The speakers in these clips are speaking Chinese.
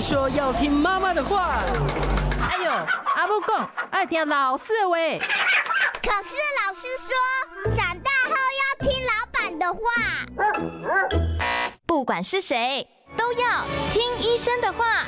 说要听妈妈的话。 哎呦，阿母讲爱听老师的话。 可是老师说，长大后要听老板的话。 不管是谁，都要听医生的话。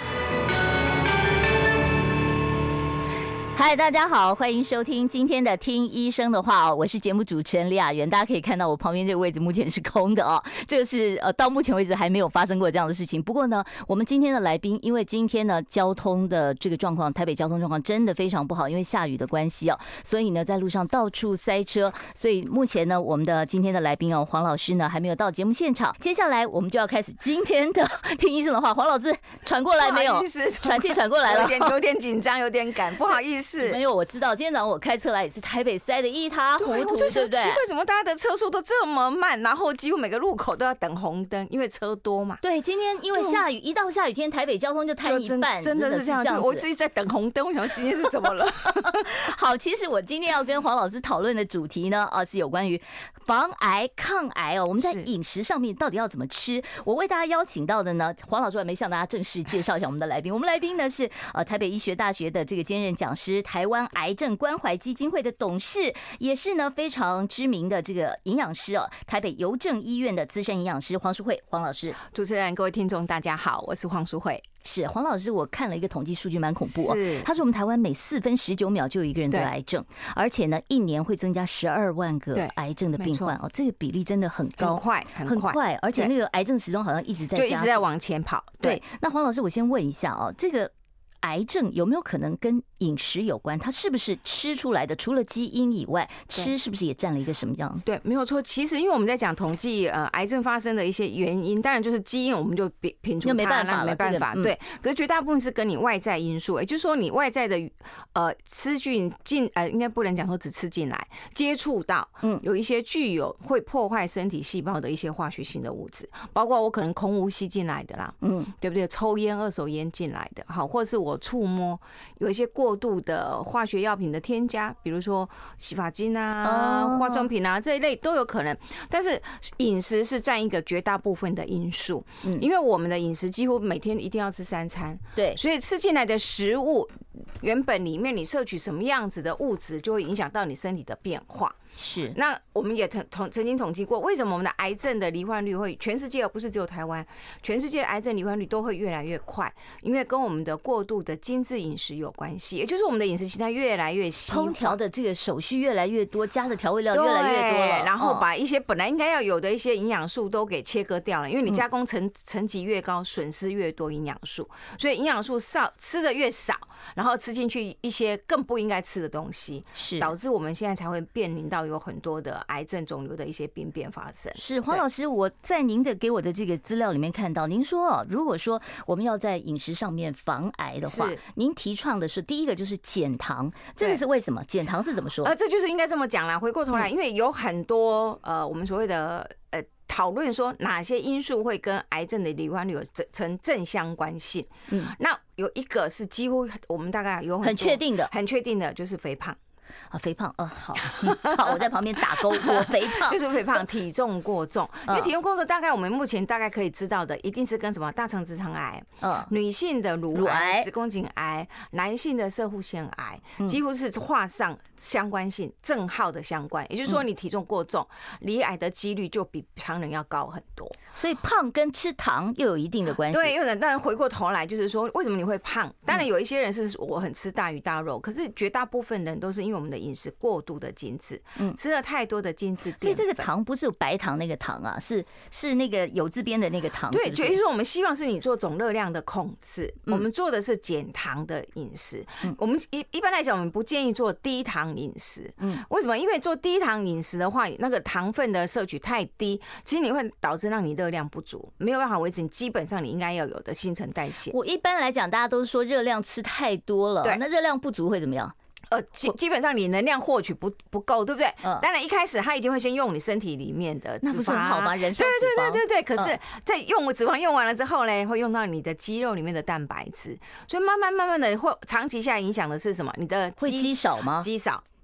嗨，大家好，欢迎收听今天的听医生的话哦，我是节目主持人李雅媛。大家可以看到我旁边这个位置目前是空的哦，这个是到目前为止还没有发生过这样的事情。不过呢，我们今天的来宾，因为今天呢交通的这个状况，台北交通状况真的非常不好，因为下雨的关系哦，所以呢在路上到处塞车。所以目前呢，我们的今天的来宾哦，黄老师呢还没有到节目现场。接下来我们就要开始今天的听医生的话。黄老师传过来没有？传气传过来了， 有点紧张，有点赶，不好意思。 没有，我知道今天早上我开车来也是台北塞得一塌糊涂，对不对？ 为什么大家的车速都这么慢，然后几乎每个路口都要等红灯，因为车多嘛。 对，今天因为下雨，一到下雨天，台北交通就瘫一半， 真的是这样。我自己在等红灯，我想今天是怎么了？ 好，其实我今天要跟黄老师讨论的主题呢，是有关于防癌抗癌哦。我们在饮食上面到底要怎么吃？我为大家邀请到的呢，黄老师还没向大家正式介绍一下我们的来宾。我们来宾呢是台北医学大学的这个兼任讲师，台湾癌症关怀基金会的董事，也是呢非常知名的这个营养师哦，台北邮政医院的资深营养师黄淑慧黄老师。 主持人、各位听众，大家好，我是黄淑慧。 是黄老师，我看了一个统计数据，蛮恐怖哦。他说我们台湾每4分19秒就有一个人得癌症，而且呢，一年会增加12万个癌症的病患哦，这个比例真的很高，很快，而且那个癌症始终好像一直在加速， 就一直在往前跑。 对，那黄老师，我先问一下哦，这个癌症有没有可能跟饮食有关？它是不是吃出来的？除了基因以外，吃是不是也占了一个什么样？ 对，没有错。其实因为我们在讲统计癌症发生的一些原因，当然就是基因，我们就评出它， 没办法了， 没办法。对，可是绝大部分是跟你外在因素，也就是说你外在的吃进应该不能讲说只吃进来，接触到有一些具有会破坏身体细胞的一些化学性的物质，包括我可能空污吸进来的啦，对不对？抽烟、二手烟进来的，好，或者是我触摸有一些过度的化学药品的添加，比如说洗发精啊、化妆品啊这一类都有可能。但是饮食是占一个绝大部分的因素，因为我们的饮食几乎每天一定要吃3餐，对，所以吃进来的食物原本里面你摄取什么样子的物质，就会影响到你身体的变化。 是， 那我们也曾经统计过，为什么我们的癌症的罹患率会全世界，而不是只有台湾，全世界癌症罹患率都会越来越快，因为跟我们的过度的精致饮食有关系，也就是我们的饮食形态越来越细化， 烹调的这个手续越来越多，加的调味料越来越多了， 然后把一些本来应该要有的一些营养素都给切割掉了，因为你加工层级越高，损失越多营养素，所以营养素吃的越少，然后吃进去一些更不应该吃的东西，是导致我们现在才会面临到有很多的癌症肿瘤的一些病变发生。 是，黄老师，我在您的给我的这个资料里面看到，您说如果说我们要在饮食上面防癌的话，您提倡的是第一个就是减糖，这个是为什么？减糖是怎么说？ 这就是应该这么讲啦。回过头来，因为有很多我们所谓的讨论说哪些因素会跟癌症的罹患率有成正相关性。那有一个是几乎我们大概有很确定的，就是肥胖。 肥胖，好，我在旁边打勾，我肥胖就是肥胖，体重过重。因为体重过重，大概我们目前大概可以知道的，一定是跟什么大肠直肠癌、女性的乳癌、子宫颈癌、男性的攝護腺癌，几乎是画上相关性正号的相关。也就是说，你体重过重，罹癌的几率就比常人要高很多。 所以胖跟吃糖又有一定的关系。 对，有人当然回过头来就是说，为什么你会胖？当然有一些人是我很吃大鱼大肉，可是绝大部分人都是因为我们的饮食过度的精致，吃了太多的精致淀粉。 所以这个糖不是有白糖那个糖啊，是那个有字边的那个糖。 对，就是说我们希望是你做总热量的控制，我们做的是减糖的饮食。我们一般来讲，我们不建议做低糖饮食。为什么？因为做低糖饮食的话，那个糖分的摄取太低，其实你会导致让你热量不足，没有办法维持你基本上你应该要有的新陈代谢。 我一般来讲，大家都是说热量吃太多了，那热量不足会怎么样？ 基本上你能量获取不够，对不对？当然一开始他一定会先用你身体里面的脂肪， 那不是很好吗？燃烧脂肪， 对。可是，在用脂肪用完了之后呢，会用到你的肌肉里面的蛋白质，所以慢慢的会长期下来影响的是什么？你的会肌少吗？ 肌少。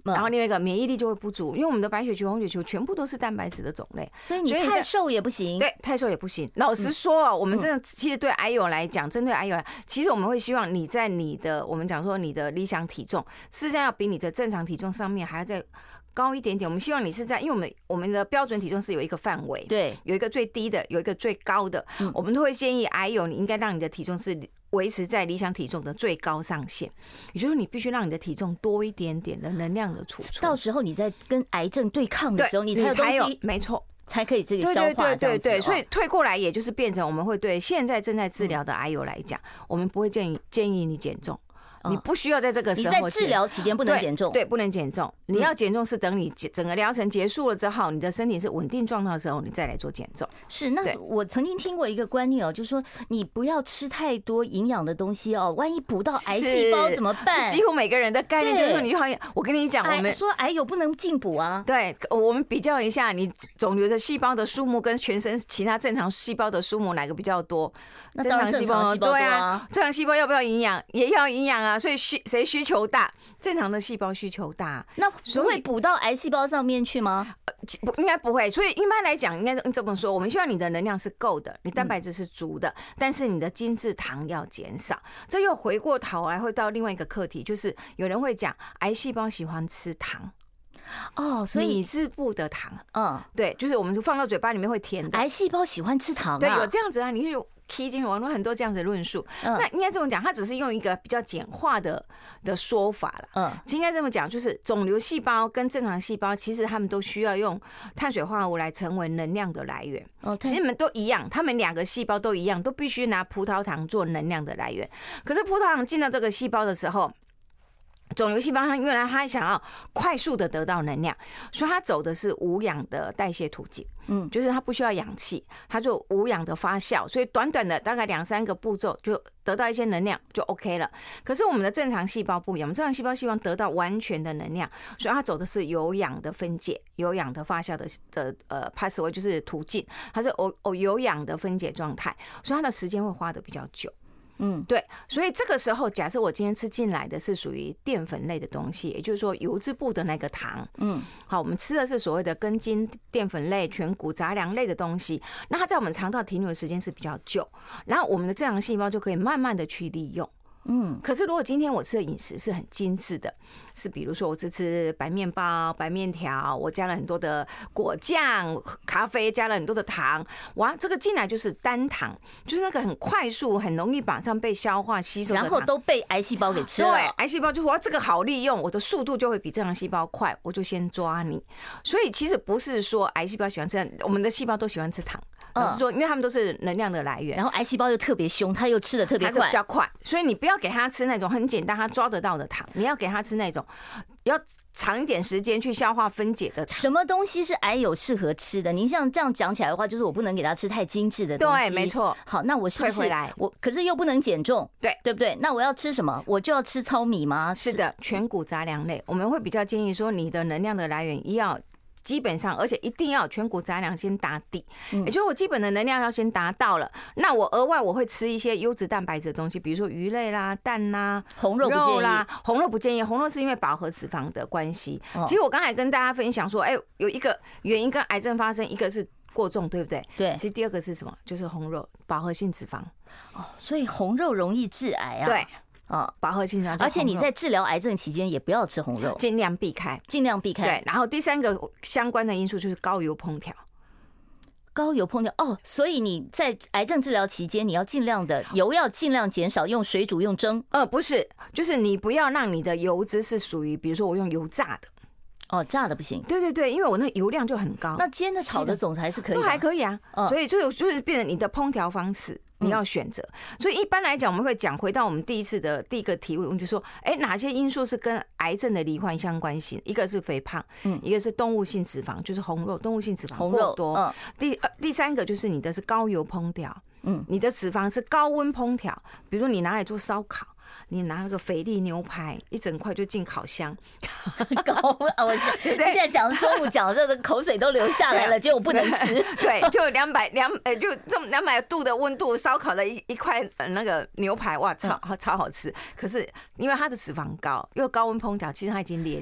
然后另外一个免疫力就会不足，因为我们的白血球、红血球全部都是蛋白质的种类， 所以你太瘦也不行。 对，太瘦也不行。老实说，我们真的其实对癌友来讲，针对癌友，其实我们会希望你在你的我们讲说你的理想体重，事实上要比你的正常体重上面还要再高一点点。我们希望你是在，因为我们的标准体重是有一个范围， 对， 有一个最低的，有一个最高的，我们都会建议癌友你应该让你的体重是维持在理想体重的最高上限，也就是你必须让你的体重多一点点的能量的储存， 到时候你在跟癌症对抗的时候，你才有东西， 没错， 才可以这个消化。 对，所以退过来也就是变成我们会对现在正在治疗的癌友来讲，我们不会建议你减重。你不需要在这个时候， 你在治疗期间不能减重， 对，不能减重。你要减重是等你整个疗程结束了之后，你的身体是稳定状态的时候，你再来做减重。 是，那我曾经听过一个观念哦，就是说你不要吃太多营养的东西哦，万一补到癌细胞怎么办？ 几乎每个人的概念就是说，你好像我跟你讲，我们说癌友不能进补啊。 对，我们比较一下，你肿瘤的细胞的数目跟全身其他正常细胞的数目哪个比较多？ 那当然正常细胞多啊。 正常细胞要不要营养？也要营养啊。所以谁需求大？正常的细胞需求大。 那不会补到癌细胞上面去吗？ 应该不会。所以一般来讲，应该这么说，我们希望你的能量是够的，你蛋白质是足的，但是你的精制糖要减少。这又回过头来会到另外一个课题，就是有人会讲癌细胞喜欢吃糖。 哦，所以米字部的糖，对，就是我们放到嘴巴里面会甜的。 癌细胞喜欢吃糖啊？ 对，有这样子啊，你有 key 进去，网络很多这样子的论述。那应该这么讲，它只是用一个比较简化的说法了。应该这么讲，就是肿瘤细胞跟正常细胞，其实他们都需要用碳水化合物来成为能量的来源。其实你们都一样，他们两个细胞都一样，都必须拿葡萄糖做能量的来源。可是葡萄糖进到这个细胞的时候，肿瘤细胞它因为它想要快速的得到能量，所以它走的是无氧的代谢途径。就是它不需要氧气，它就无氧的发酵，所以短短的大概2-3个步骤就得到一些能量就 OK 了。可是我们的正常细胞不一样，我们正常细胞希望得到完全的能量，所以它走的是有氧的分解、有氧的发酵的pathway， 就是途径，它是有氧的分解状态，所以它的时间会花的比较久。对，所以这个时候，假设我今天吃进来的是属于淀粉类的东西，也就是说油脂部的那个糖，好，我们吃的是所谓的根茎淀粉类、全谷杂粮类的东西，那它在我们肠道停留的时间是比较久，然后我们的正常细胞就可以慢慢的去利用。可是如果今天我吃的饮食是很精致的，是比如说我是吃白面包、白面条，我加了很多的果酱、咖啡，加了很多的糖，哇，这个进来就是单糖，就是那个很快速、很容易马上被消化吸收的糖， 然后都被癌细胞给吃了。 对，癌细胞就说这个好利用，我的速度就会比正常细胞快，我就先抓你。所以其实不是说癌细胞喜欢吃，我们的细胞都喜欢吃糖。是说，因为他们都是能量的来源， 然后癌细胞又特别凶，它又吃的特别快， 比较快，所以你不要给他吃那种很简单他抓得到的糖，你要给他吃那种要长一点时间去消化分解的糖。 什么东西是癌友适合吃的？您像这样讲起来的话，就是我不能给他吃太精致的东西。 对，没错。 好，那我是不是退回来？ 我可是又不能减重，对不对？那我要吃什么？我就要吃糙米吗？ 是的，全谷杂粮类，我们会比较建议说，你的能量的来源要基本上，而且一定要全谷杂粮先打底，也就是我基本的能量要先达到了。那我额外我会吃一些优质蛋白质的东西，比如说鱼类啦、蛋啦、 红肉不建议。 红肉不建议，红肉是因为饱和脂肪的关系。其实我刚才跟大家分享说，有一个原因跟癌症发生，一个是过重，对不对？ 对。 其实第二个是什么？就是红肉，饱和性脂肪。 所以红肉容易致癌啊。 对。饱和性脂肪， 而且你在治疗癌症期间也不要吃红肉， 尽量避开，对，然后第三个相关的因素就是高油烹调。 高油烹调所以你在癌症治疗期间，你要尽量的油要尽量减少，用水煮、用蒸。 不是，就是你不要让你的油脂是属于，比如说我用油炸的。 炸的不行。 对，因为我那油量就很高。 那煎的、炒的总还是可以， 都还可以啊。所以就是变成你的烹调方式。你要选择，所以一般来讲，我们会讲回到我们第一个提问，就说，哪些因素是跟癌症的罹患相关性？一个是肥胖，一个是动物性脂肪，就是红肉，动物性脂肪过多。第三个就是你的是高油烹调，你的脂肪是高温烹调，比如说你拿来做烧烤。你拿那个肥力牛排一整块就进烤箱， 我现在讲中午讲的这个口水都流下来了，结果不能吃。 对，就就这么200度的温度烧烤了一块那个牛排，哇，超好吃。可是因为它的脂肪高，又高温烹调，其实它已经裂解了。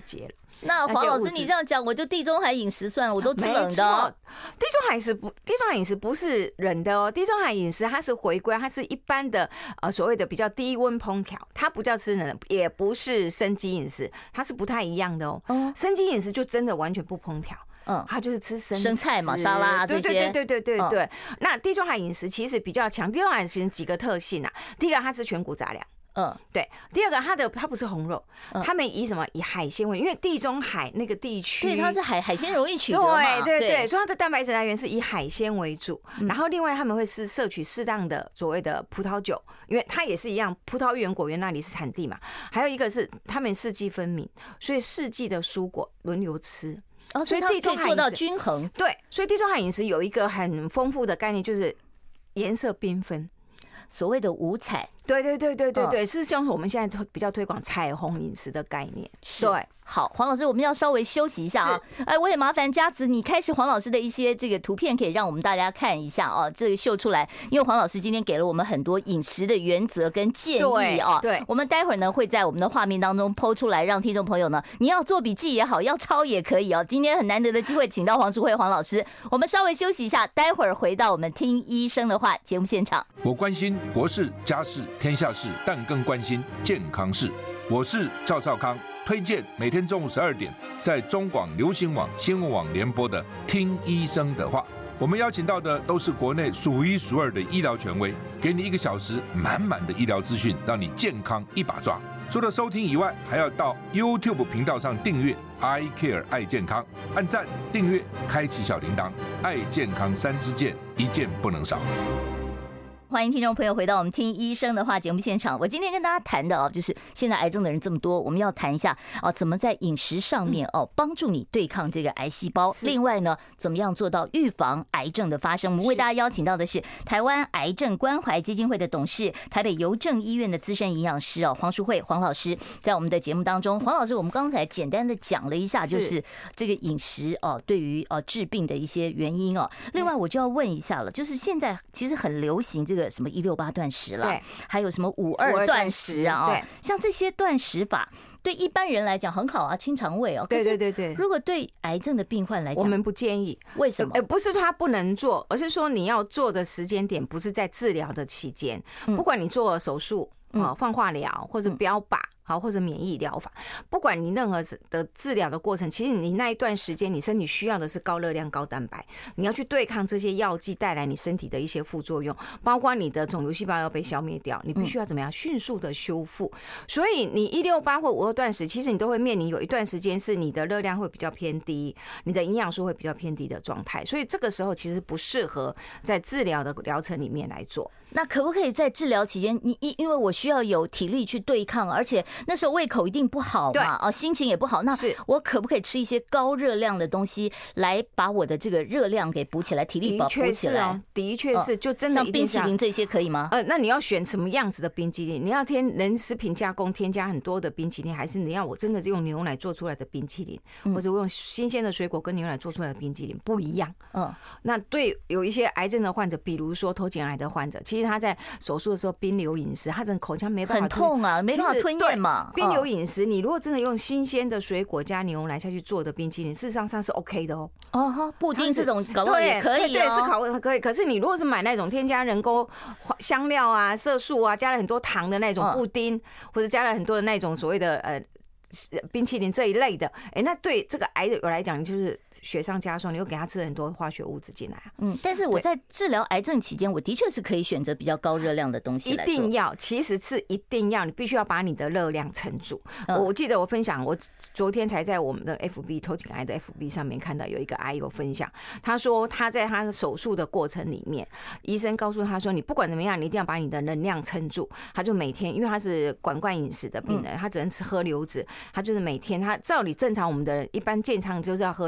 那黄老师，你这样讲，我就地中海饮食算了，我都吃冷的哦。 地中海饮食不是冷的哦，地中海饮食它是回归，它是一般的所谓的比较低温烹调，它不叫吃冷的，也不是生机饮食，它是不太一样的哦。生机饮食就真的完全不烹调。它就是吃生菜嘛，沙拉这些。 对。那地中海饮食其实比较强，地中海饮食几个特性啊？第一个，它是全谷杂粮。对。第二个，它不是红肉，他们以什么？以海鲜为，因为地中海那个地区， 对，它是海鲜容易取得嘛， 对，所以它的蛋白质来源是以海鲜为主。然后另外他们会摄取适当的所谓的葡萄酒，因为它也是一样，葡萄园果园那里是产地嘛。还有一个是他们四季分明，所以四季的蔬果轮流吃。 所以地中海做到均衡。 对，所以地中海饮食有一个很丰富的概念，就是颜色缤纷， 所谓的五彩。 对，是像我们现在比较推广彩虹饮食的概念。对。 好，黄老师，我们要稍微休息一下啊。我也麻烦佳慈，你开始黄老师的一些这个图片，可以让我们大家看一下啊。这个秀出来，因为黄老师今天给了我们很多饮食的原则跟建议啊。 对， 我们待会儿呢会在我们的画面当中抛出来，让听众朋友呢，你要做笔记也好，要抄也可以哦。今天很难得的机会，请到黄淑慧黄老师。我们稍微休息一下，待会儿回到我们听医生的话节目现场。 我关心国事、家事、天下事，但更关心健康事。我是赵少康，推荐每天中午12点在中广流行网、新闻网联播的《听医生的话》。我们邀请到的都是国内数一数二的医疗权威，给你1个小时满满的医疗资讯，让你健康一把抓。除了收听以外，还要到 YouTube 频道上订阅 I Care 爱健康，按赞、订阅、开启小铃铛，爱健康3支箭，一件不能少。 欢迎听众朋友回到我们听医生的话节目现场。我今天跟大家谈的就是现在癌症的人这么多，我们要谈一下怎么在饮食上面帮助你对抗这个癌细胞。另外呢，怎么样做到预防癌症的发生？我们为大家邀请到的是台湾癌症关怀基金会的董事、台北邮政医院的资深营养师黄淑慧黄老师，在我们的节目当中。黄老师，我们刚才简单的讲了一下，就是这个饮食对于治病的一些原因另外我就要问一下了，就是现在其实很流行这个什么168断食啦，还有什么52断食啊，像这些断食法对一般人来讲很好啊，清肠胃对。 如果对癌症的病患来讲， 我们不建议。 为什么？ 不是他不能做，而是说你要做的时间点不是在治疗的期间，不管你做手术。放化疗或者标靶或者免疫疗法，不管你任何的治疗的过程，其实你那一段时间你身体需要的是高热量高蛋白，你要去对抗这些药剂带来你身体的一些副作用，包括你的肿瘤细胞要被消灭掉，你必须要怎么样迅速的修复。所以你168或52断食，其实你都会面临有一段时间是你的热量会比较偏低，你的营养素会比较偏低的状态，所以这个时候其实不适合在治疗的疗程里面来做。 那可不可以在治疗期间，因为我需要有体力去对抗，而且那时候胃口一定不好嘛，心情也不好，那我可不可以吃一些高热量的东西来把我的这个热量给补起来，体力补起来？ 的确是，就真的像冰淇淋这些可以吗？ 那你要选什么样子的冰淇淋？你要人食品加工添加很多的冰淇淋，还是你要我真的是用牛奶做出来的冰淇淋，或者我用新鲜的水果跟牛奶做出来的冰淇淋不一样？那对有一些癌症的患者，比如说头颈癌的患者，其实他在手术的时候冰流饮食，他整个口腔没办法很痛啊，没办法吞咽嘛。 冰流饮食，你如果真的用新鲜的水果加牛奶下去做的冰淇淋，事实上它是 OK 的布丁这种搞不好也可以对，是可以。可是你如果是买那种添加人工香料啊、色素啊，加了很多糖的那种布丁，或者加了很多的那种所谓的冰淇淋这一类的，那对这个癌友来讲，就是雪上加霜，你又给他吃很多化学物质进来但是我在治疗癌症期间，我的确是可以选择比较高热量的东西来做。 一定要，其实是一定要，你必须要把你的热量撑住。我记得我分享，我昨天才在我们的 FB 头颈癌的 FB 上面看到有一个癌友分享，他说他在他的手术的过程里面，医生告诉他说，你不管怎么样，你一定要把你的能量撑住。他就每天，因为他是管灌饮食的病人，他只能喝流质，他就是每天，他照理正常我们的人一般健康就是要喝6到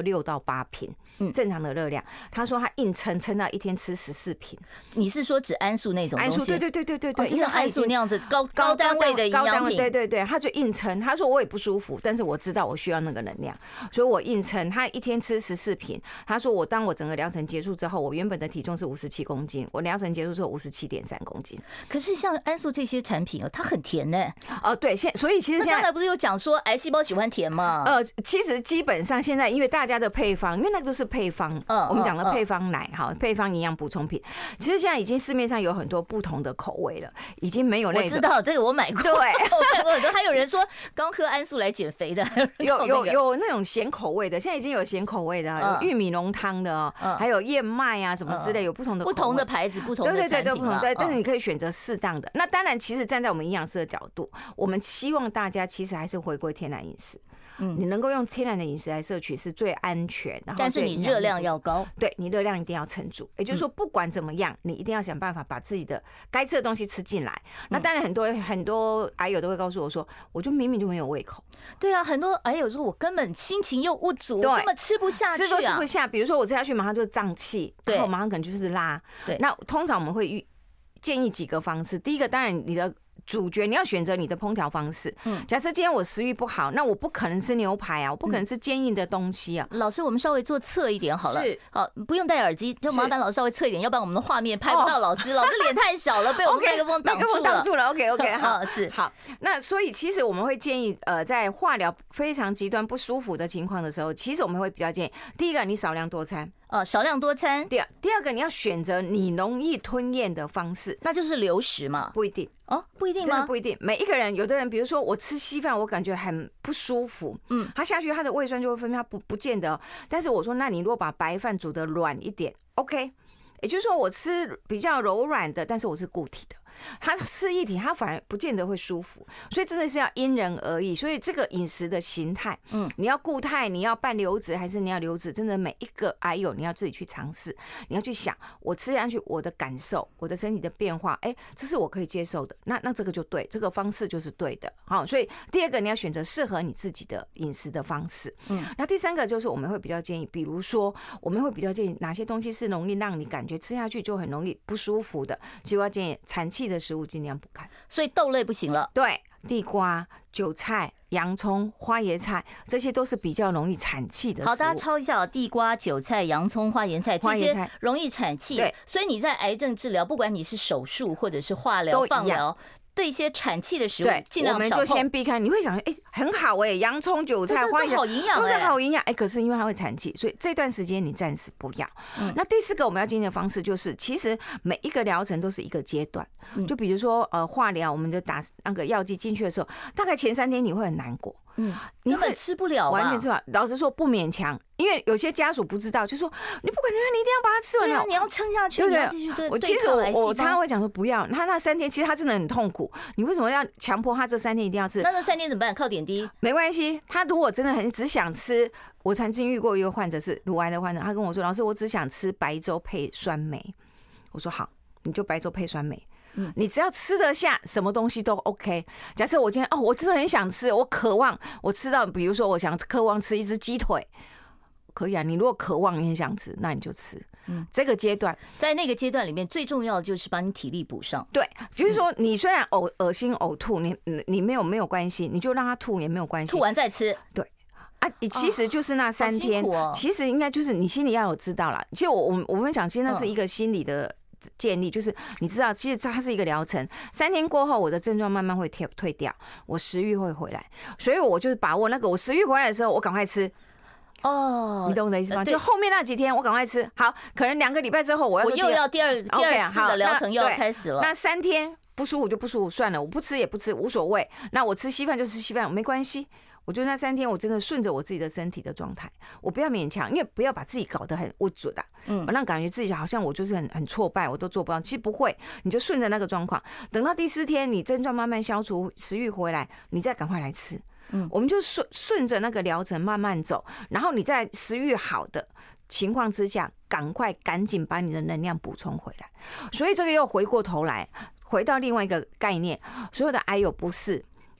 8瓶。正常的热量，他说他硬撑到一天吃14瓶。 你是说指安素那种东西？ 安素，对， 就像安素那样子高单位的营养品。 对，他就硬撑。他说我也不舒服，但是我知道我需要那个能量，所以我硬撑。他一天吃14瓶。他说当我整个疗程结束之后，我原本的体重是57公斤，我疗程结束之后57.3公斤。 可是像安素这些产品它很甜呢。 对，所以其实现在刚才不是有讲说癌细胞喜欢甜吗？ 其实基本上现在因为大家的配方，因为那个都是配方，我们讲的配方奶哈，配方营养补充品，其实现在已经市面上有很多不同的口味了，已经没有那个。 我知道这个我买过， 对， 我看过很多。还有人说刚喝安素来减肥的， 有那种咸口味的，现在已经有咸口味的，有玉米浓汤的，还有燕麦啊什么之类，有不同的牌子、不同的产品， 对，但是你可以选择适当的。那当然，其实站在我们营养师的角度，我们希望大家其实还是回归天然饮食。你能够用天然的饮食来摄取是最安全， 但是你热量要高， 对，你热量一定要撑住。也就是说，不管怎么样，你一定要想办法把自己的该吃的东西吃进来。那当然，很多癌友都会告诉我说，我就明明就没有胃口。 对啊，很多癌友说我根本心情又不足，根本吃不下去， 吃都吃不下。比如说我吃下去马上就胀气，然后马上可能就是拉。 对， 那通常我们会建议几个方式。第一个，当然你的主角你要选择你的烹调方式。假设今天我食欲不好，那我不可能吃牛排啊，我不可能吃坚硬的东西啊。 老师，我们稍微做侧一点好了。 是， 好，不用戴耳机，就麻烦老师稍微侧一点，要不然我们的画面拍不到老师。老师脸太小了，被我们麦克风挡住了。 OK， 好， 是好。那所以其实我们会建议，在化疗非常极端不舒服的情况的时候，其实我们会比较建议，第一个你少量多餐。 少量多餐。 第二个你要选择你容易吞咽的方式， 那就是流食嘛。 不一定不一定吗？ 真的不一定。每一个人，有的人比如说我吃稀饭，我感觉很不舒服，他下去他的胃酸就会分泌，他不见得。但是我说，那你如果把白饭煮得软一点 ，OK， 也就是说我吃比较柔软的，但是我是固体的。他吃液体，他反而不见得会舒服，所以真的是要因人而异。所以这个饮食的形态，你要固态，你要半流质，还是你要流质，真的每一个癌友你要自己去尝试，你要去想，我吃下去我的感受，我的身体的变化，这是我可以接受的，那这个就对，这个方式就是对的。好，所以第二个你要选择适合你自己的饮食的方式。那第三个就是我们会比较建议，比如说我们会比较建议哪些东西是容易让你感觉吃下去就很容易不舒服的，其实我要建议产气的食物尽量不看， 所以豆类不行了。 对，地瓜、韭菜、洋葱、花椰菜，这些都是比较容易产气的食物。 好，大家抄一下地瓜、韭菜、洋葱、花椰菜，这些容易产气。 对， 所以你在癌症治疗，不管你是手术或者是化疗、放疗，对一些产气的食物尽量少碰。 我们就先避开。你会想，很好洋葱、韭菜、花椰菜好营养， 都是好营养。可是因为它会产气，所以这段时间你暂时不要。那第四个我们要建议的方式就是，其实每一个疗程都是一个阶段。就比如说化疗，我们就打那个药剂进去的时候，大概前3天你会很难过。 你根本吃不了， 完全吃不了。老实说，不勉强，因为有些家属不知道，就说你不管怎么样，你一定要把它吃完了， 你要撑下去， 对不对？ 其实我常常会讲说，不要。他那3天，其实他真的很痛苦。你为什么要强迫他这3天一定要吃？ 那3天怎么办？靠点滴？ 没关系。他如果真的只想吃，我曾经遇过一个患者是乳癌的患者，他跟我说，老师，我只想吃白粥配酸梅。我说好，你就白粥配酸梅。你只要吃得下，什么东西都 OK。假设我今天我真的很想吃，我渴望我吃到，比如说我渴望吃一只鸡腿，可以啊。你如果渴望你很想吃，那你就吃。这个阶段， 在那个阶段里面，最重要的就是把你体力补上。 对，就是说你虽然恶心呕吐，你没有关系，你就让他吐也没有关系， 吐完再吃。 对。其实就是那3天，其实应该就是你心里要有知道啦。其实我们讲，其实那是一个心理的建立，就是你知道，其实它是一个疗程。3天过后，我的症状慢慢会退掉，我食欲会回来，所以我就是把握那个我食欲回来的时候，我赶快吃。你懂我的意思吗？就后面那几天我赶快吃。好，可能2个礼拜之后我又要第二次的疗程又要开始了。 那3天不舒服就不舒服，算了，我不吃也不吃，无所谓。那我吃稀饭就吃稀饭，没关系。我觉得那3天我真的顺着我自己的身体的状态，我不要勉强，因为不要把自己搞得很无助的，让感觉自己好像我就是很挫败，我都做不到。其实不会，你就顺着那个状况，等到第4天你症状慢慢消除，食欲回来，你再赶快来吃。我们就顺着那个疗程慢慢走，然后你在食欲好的情况之下，赶紧把你的能量补充回来。所以这个又回过头来，回到另外一个概念，所有的癌友不是。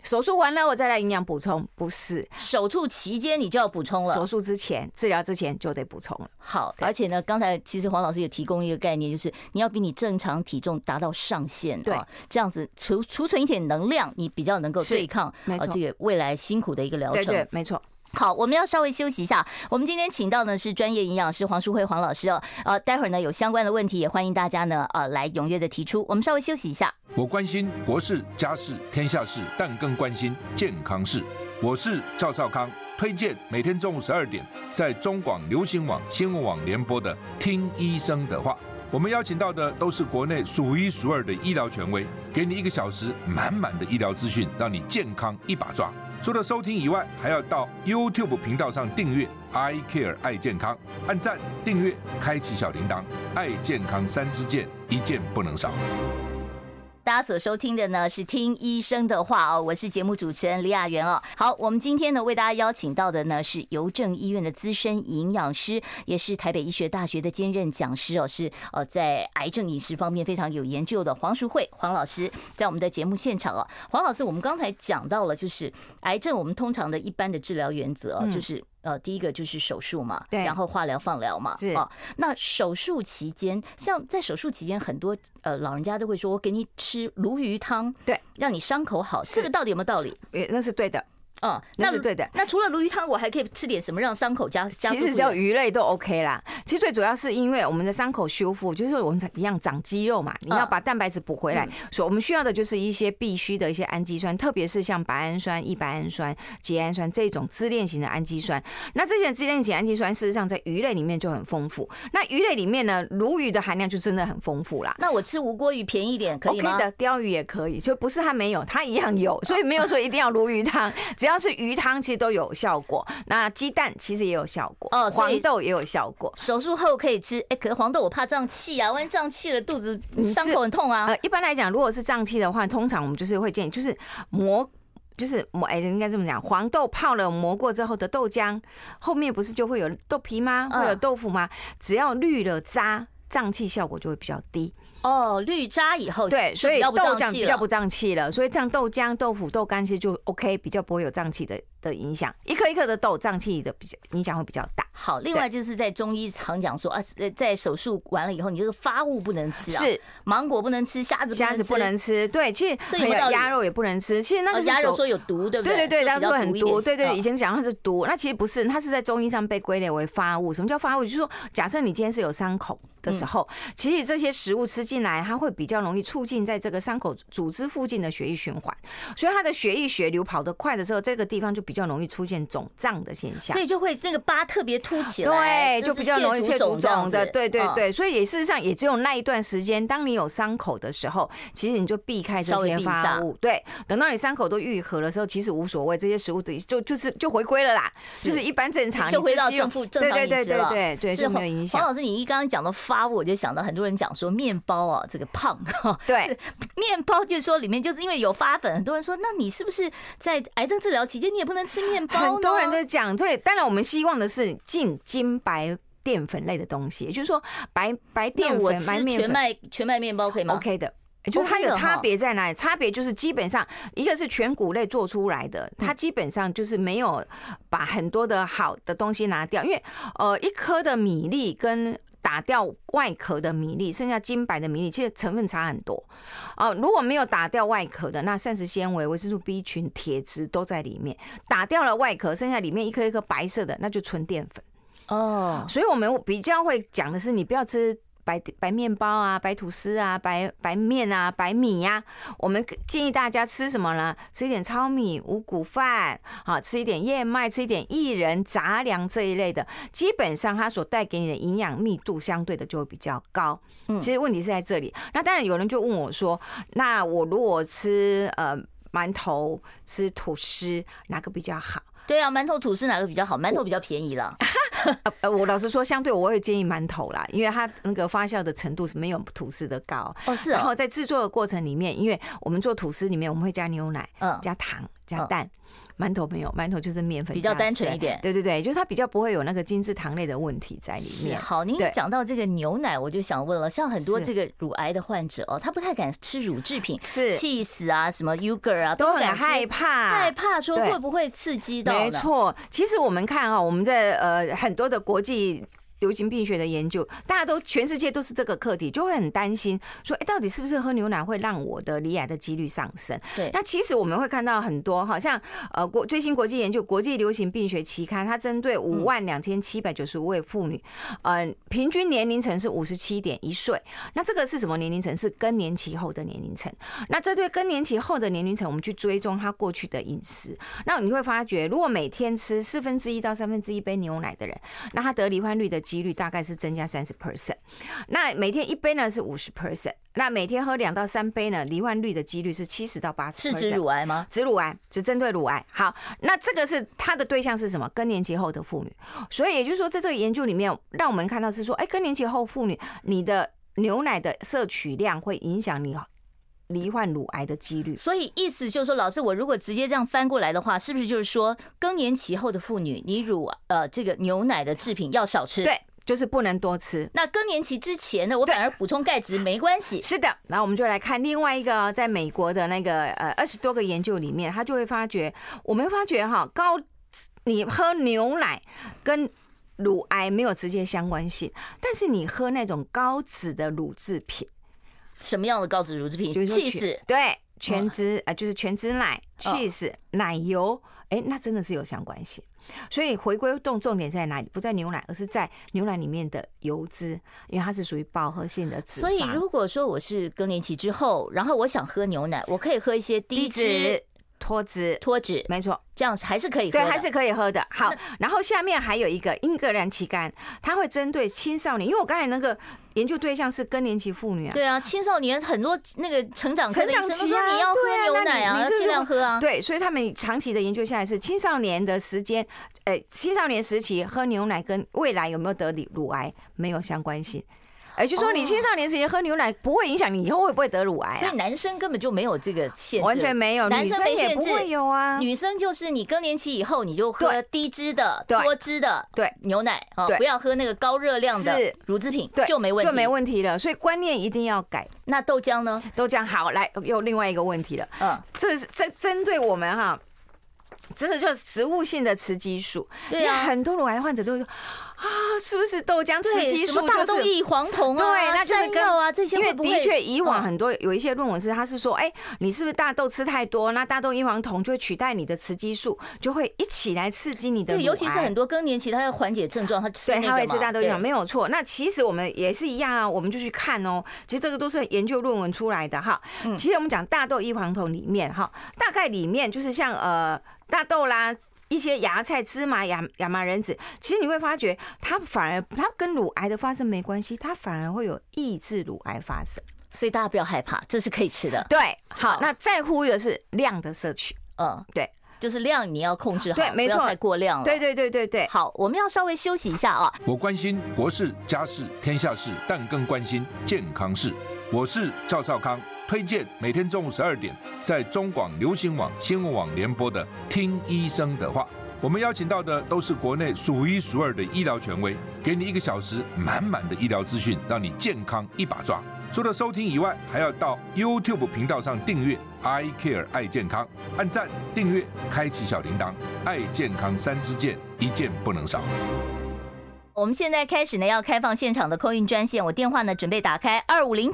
手术完了我再来营养补充，不是手术期间你就要补充了， 手术之前、治疗之前就得补充了。 好，而且呢，刚才其实黄老师也提供一个概念，就是你要比你正常体重达到上限， 对， 这样子储存一点能量，你比较能够对抗这个未来辛苦的一个疗程。 对，没错。 好，我们要稍微休息一下。我们今天请到的是专业营养师黄淑慧黄老师哦。待会儿呢有相关的问题，也欢迎大家呢来踊跃的提出。我们稍微休息一下。 我关心国事、家事、天下事，但更关心健康事。我是赵少康，推荐每天中午12点在中广流行网、新闻网联播的《听医生的话》。我们邀请到的都是国内数一数二的医疗权威，给你1个小时满满的医疗资讯，让你健康一把抓。除了收听以外，还要到 YouTube 频道上订阅 I Care 爱健康，按赞、订阅、开启小铃铛，爱健康3支箭，一件不能少。 大家所收听的呢是听医生的话哦，我是节目主持人李雅媛哦。好，我们今天呢为大家邀请到的呢是邮政医院的资深营养师，也是台北医学大学的兼任讲师哦，是在癌症饮食方面非常有研究的黄淑慧黄老师，在我们的节目现场哦。黄老师，我们刚才讲到了，就是癌症我们通常的一般的治疗原则哦，就是第一个就是手术嘛， 对， 然后化疗、放疗嘛， 是。 那手术期间，像在手术期间，很多老人家都会说，我给你吃鲈鱼汤， 对， 让你伤口好，这个到底有没有道理？ 那是对的。那是对的。 那除了鲈鱼汤，我还可以吃点什么让伤口加速？ 其实只要鱼类都 OK 啦。其实最主要是因为我们的伤口修复，就是我们一样长肌肉嘛，你要把蛋白质补回来，所以我们需要的就是一些必须的一些氨基酸，特别是像白氨酸、异白氨酸、缬氨酸这种支链型的氨基酸。那这些支链型氨基酸事实上在鱼类里面就很丰富。那鱼类里面呢，鲈鱼的含量就真的很丰富啦。 那我吃无锅鱼便宜一点可以吗？ OK 的，鲷鱼也可以，就不是它没有，它一样有，所以没有说一定要鲈鱼汤，只要是鱼汤其实都有效果。那鸡蛋其实也有效果，黄豆也有效果。 手术后可以吃，可是黄豆我怕胀气啊，万一胀气了肚子伤口很痛啊。 一般来讲，如果是胀气的话，通常我们就是会建议就是磨。应该这么讲，黄豆泡了磨过之后的豆浆，后面不是就会有豆皮吗？会有豆腐吗？只要滤了渣，胀气效果就会比较低。 滤渣以后， 对，所以豆浆比较不胀气了，所以这样豆浆、豆腐、豆干其实就 OK， 比较不会有胀气的影响。一颗一颗的豆，胀气的影响会比较大。 好，另外就是在中医常讲说在手术完了以后，你这个发物不能吃啊，是芒果不能吃，虾子不能吃。对，其实还有鸭肉也不能吃。其实那个鸭肉说有毒，对不对？ 对，他说很毒。对，以前讲它是毒，那其实不是，它是在中医上被归类为发物。什么叫发物？就是说，假设你今天是有伤口的时候，其实这些食物吃进来，它会比较容易促进在这个伤口组织附近的血液循环，所以它的血流跑得快的时候，这个地方就比较容易出现肿胀的现象， 所以就会那个疤特别凸起来， 对，就比较容易血肿的，对，所以也事实上也只有那一段时间，当你有伤口的时候，其实你就避开这些发物，对，等到你伤口都愈合的时候，其实无所谓，这些食物就回归了啦，就是一般正常， 就回到正常饮食了， 对，就没有影响。 黄老师，你刚刚讲到发物，我就想到很多人讲说面包啊，这个胖， 对， 面包就是说里面就是因为有发粉，很多人说，那你是不是在癌症治疗期间你也不能吃面包呢？ 很多人都讲，对，当然我们希望的是进精白淀粉类的东西，也就是说白淀粉、白面粉、 全麦面包可以吗 ？OK 的。就是它有差别在哪里？差别就是基本上一个是全谷类做出来的，它基本上就是没有把很多的好的东西拿掉，因为一颗的米粒跟打掉外壳的米粒，剩下精白的米粒，其实成分差很多。如果没有打掉外壳的，那膳食纤维、维生素 B 群、铁质都在里面。打掉了外壳，剩下里面一颗一颗白色的，那就纯淀粉。所以我们比较会讲的是，你不要吃白面包啊，白吐司啊，白面啊，白米呀。我们建议大家吃什么呢？吃一点糙米、五谷饭，吃一点燕麦，吃一点薏仁、杂粮这一类的。基本上它所带给你的营养密度相对的就会比较高。其实问题是在这里。那当然有人就问我说，那我如果吃馒头、吃吐司，哪个比较好？ 对啊，馒头吐司哪个比较好？馒头比较便宜啦。 我老实说，相对我会建议馒头啦，因为它那个发酵的程度是没有吐司的高。 是。 然后在制作的过程里面，因为我们做吐司里面我们会加牛奶、加糖、 加蛋。馒头没有，馒头就是面粉， 比较单纯一点。 对对对，就是它比较不会有那个精制糖类的问题在里面。 好，您讲到这个牛奶，我就想问了，像很多这个乳癌的患者他不太敢吃乳制品， 是 cheese 啊，什么 yogurt 啊， 都很害怕说会不会刺激到。 没错，其实我们看我们在很多的国际流行病学的研究，大家都全世界都是这个课题，就会很担心说，到底是不是喝牛奶会让我的罹癌的几率上升？ 对， 那其实我们会看到很多，好像最新国际研究，国际流行病学期刊，它针对52795位妇女，平均年龄层是57.1岁。那这个是什么年龄层？是更年期后的年龄层。那这对更年期后的年龄层，我们去追踪他过去的饮食，那你会发觉，如果每天吃1/4到1/3杯牛奶的人，那他得罹患率的几率大概是增加30%，那每天1杯呢是50%，那每天喝2到3杯呢，罹患率的几率是70到80%。 是指乳癌吗？ 指乳癌，只针对乳癌。好，那这个是它的对象是什么？更年期后的妇女。所以也就是说，在这个研究里面，让我们看到是说，更年期后妇女，你的牛奶的摄取量会影响你罹患乳癌的几率。 所以意思就是说，老师，我如果直接这样翻过来的话，是不是就是说，更年期后的妇女，你这个牛奶的制品要少吃？ 对，就是不能多吃。 那更年期之前呢，我反而补充钙质没关系。 是的，然后我们就来看另外一个，在美国的那个20多个研究里面，他就会发觉，我们发觉你喝牛奶跟乳癌没有直接相关性，但是你喝那种高脂的乳制品。 什么样的高脂乳制品？cheese， 对，全脂就是全脂奶、cheese、奶油，那真的是有相关性。所以回归重点在哪里？不在牛奶，而是在牛奶里面的油脂，因为它是属于饱和性的脂肪。 所以如果说我是更年期之后，然后我想喝牛奶，我可以喝一些低脂。 脱脂， 没错，这样还是可以喝的， 对，还是可以喝的。好，然后下面还有一个英格兰期刊，它会针对青少年，因为我刚才那个研究对象是更年期妇女啊， 对啊，青少年很多那个成长科的医生都说你要喝牛奶啊，要尽量喝啊， 对，所以他们长期的研究下来是青少年的时间，青少年时期喝牛奶跟未来有没有得乳癌没有相关性。就是说，你青少年时期喝牛奶不会影响你以后会不会得乳癌， 所以男生根本就没有这个限制， 完全没有， 男生没限制， 不会有啊。 女生就是你更年期以后，你就喝低脂的、脱脂的牛奶啊，不要喝那个高热量的乳制品，就没问题了。所以观念一定要改。 那豆浆呢？ 豆浆好，来又另外一个问题了。这是针对我们这个就是食物性的雌激素。对啊，很多乳癌患者都说。是不是豆浆雌激素？ 什么大豆异黄酮啊，对，那山药啊这些会不会？ 因为的确以往很多有一些论文是，他是说，你是不是大豆吃太多？那大豆异黄酮就会取代你的雌激素，就会一起来刺激你的乳癌。 对，尤其是很多更年期，他要缓解症状，他吃那个嘛， 对，他会吃大豆异黄，没有错。那其实我们也是一样啊，我们就去看其实这个都是研究论文出来的哈。其实我们讲大豆异黄酮里面大概里面就是像大豆啦。一些芽菜、芝麻、亚麻仁籽，其实你会发觉，它跟乳癌的发生没关系，它反而会有抑制乳癌发生。 所以大家不要害怕，这是可以吃的。 对，好，那再呼吁的是量的摄取。对， 就是量你要控制好， 对，没错， 不要太过量了。 对。 好，我们要稍微休息一下啊。 我关心国事、家事、天下事，但更关心健康事。我是赵少康，推荐每天中午12点在中广流行网、新闻网联播的《听医生的话》。我们邀请到的都是国内数一数二的医疗权威，给你1个小时满满的医疗资讯，让你健康一把抓。除了收听以外，还要到 YouTube 频道上订阅 I Care 爱健康，按赞、订阅、开启小铃铛，爱健康3支箭，一件不能少。 我们现在开始呢，要开放现场的 call in 专线，我电话呢准备打开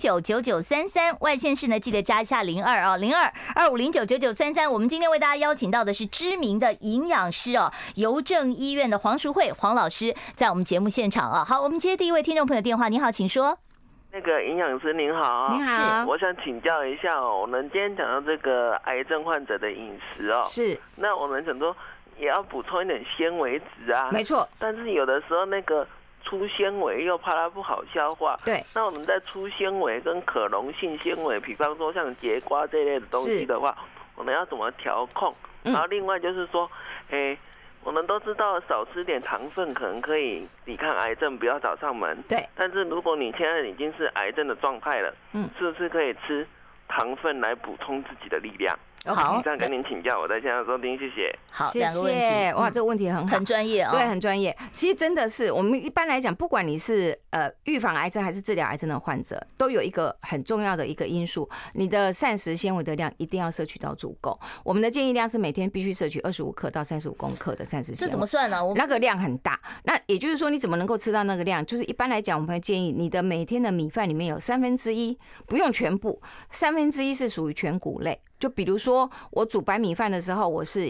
25099933，外线是呢记得加一下02啊，0225099933。我们今天为大家邀请到的是知名的营养师邮政医院的黄淑慧黄老师，在我们节目现场啊。好，我们接第一位听众朋友电话，你好，请说。 那个营养师您好， 你好， 我想请教一下我们今天讲到这个癌症患者的饮食是， 那我们想说。也要补充一点纤维质啊， 没错。 但是有的时候那个粗纤维又怕它不好消化， 对。 那我们在粗纤维跟可溶性纤维，比方说像节瓜这类的东西的话，我们要怎么调控？然后另外就是说，我们都知道少吃点糖分可能可以抵抗癌症，不要找上门。 对。 但是如果你现在已经是癌症的状态了，是不是可以吃糖分来补充自己的力量？ 好， 以上跟您请教，我在线上收听，谢谢。 好， 谢两个问题， 谢。哇，这个问题很好， 很专业啊， 对，很专业。其实真的是，我们一般来讲，不管你是预防癌症还是治疗癌症的患者，都有一个很重要的一个因素，你的膳食纤维的量一定要摄取到足够。我们的建议量是每天必须摄取25克到35公克的膳食纤维。 这怎么算呢？ 那个量很大。那也就是说，你怎么能够吃到那个量？就是一般来讲，我们会建议你的每天的米饭里面有1/3，不用全部，1/3是属于全谷类。就比如说，我煮白米饭的时候，我是